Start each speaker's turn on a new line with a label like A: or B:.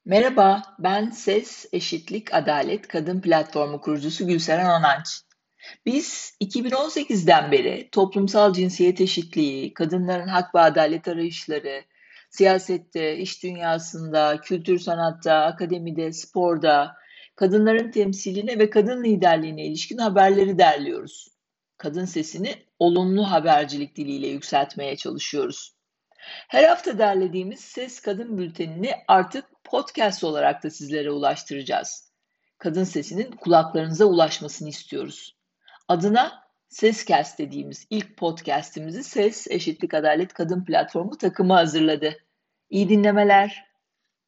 A: Merhaba, ben Ses, Eşitlik, Adalet Kadın Platformu kurucusu Gülseren Onanç. Biz 2018'den beri toplumsal cinsiyet eşitliği, kadınların hak ve adalet arayışları, siyasette, iş dünyasında, kültür sanatta, akademide, sporda, kadınların temsiline ve kadın liderliğine ilişkin haberleri derliyoruz. Kadın sesini olumlu habercilik diliyle yükseltmeye çalışıyoruz. Her hafta derlediğimiz Ses Kadın Bülteni'ni artık podcast olarak da sizlere ulaştıracağız. Kadın sesinin kulaklarınıza ulaşmasını istiyoruz. Adına Sescast dediğimiz ilk podcast'imizi Ses, Eşitlik, Adalet Kadın Platformu takımı hazırladı. İyi dinlemeler.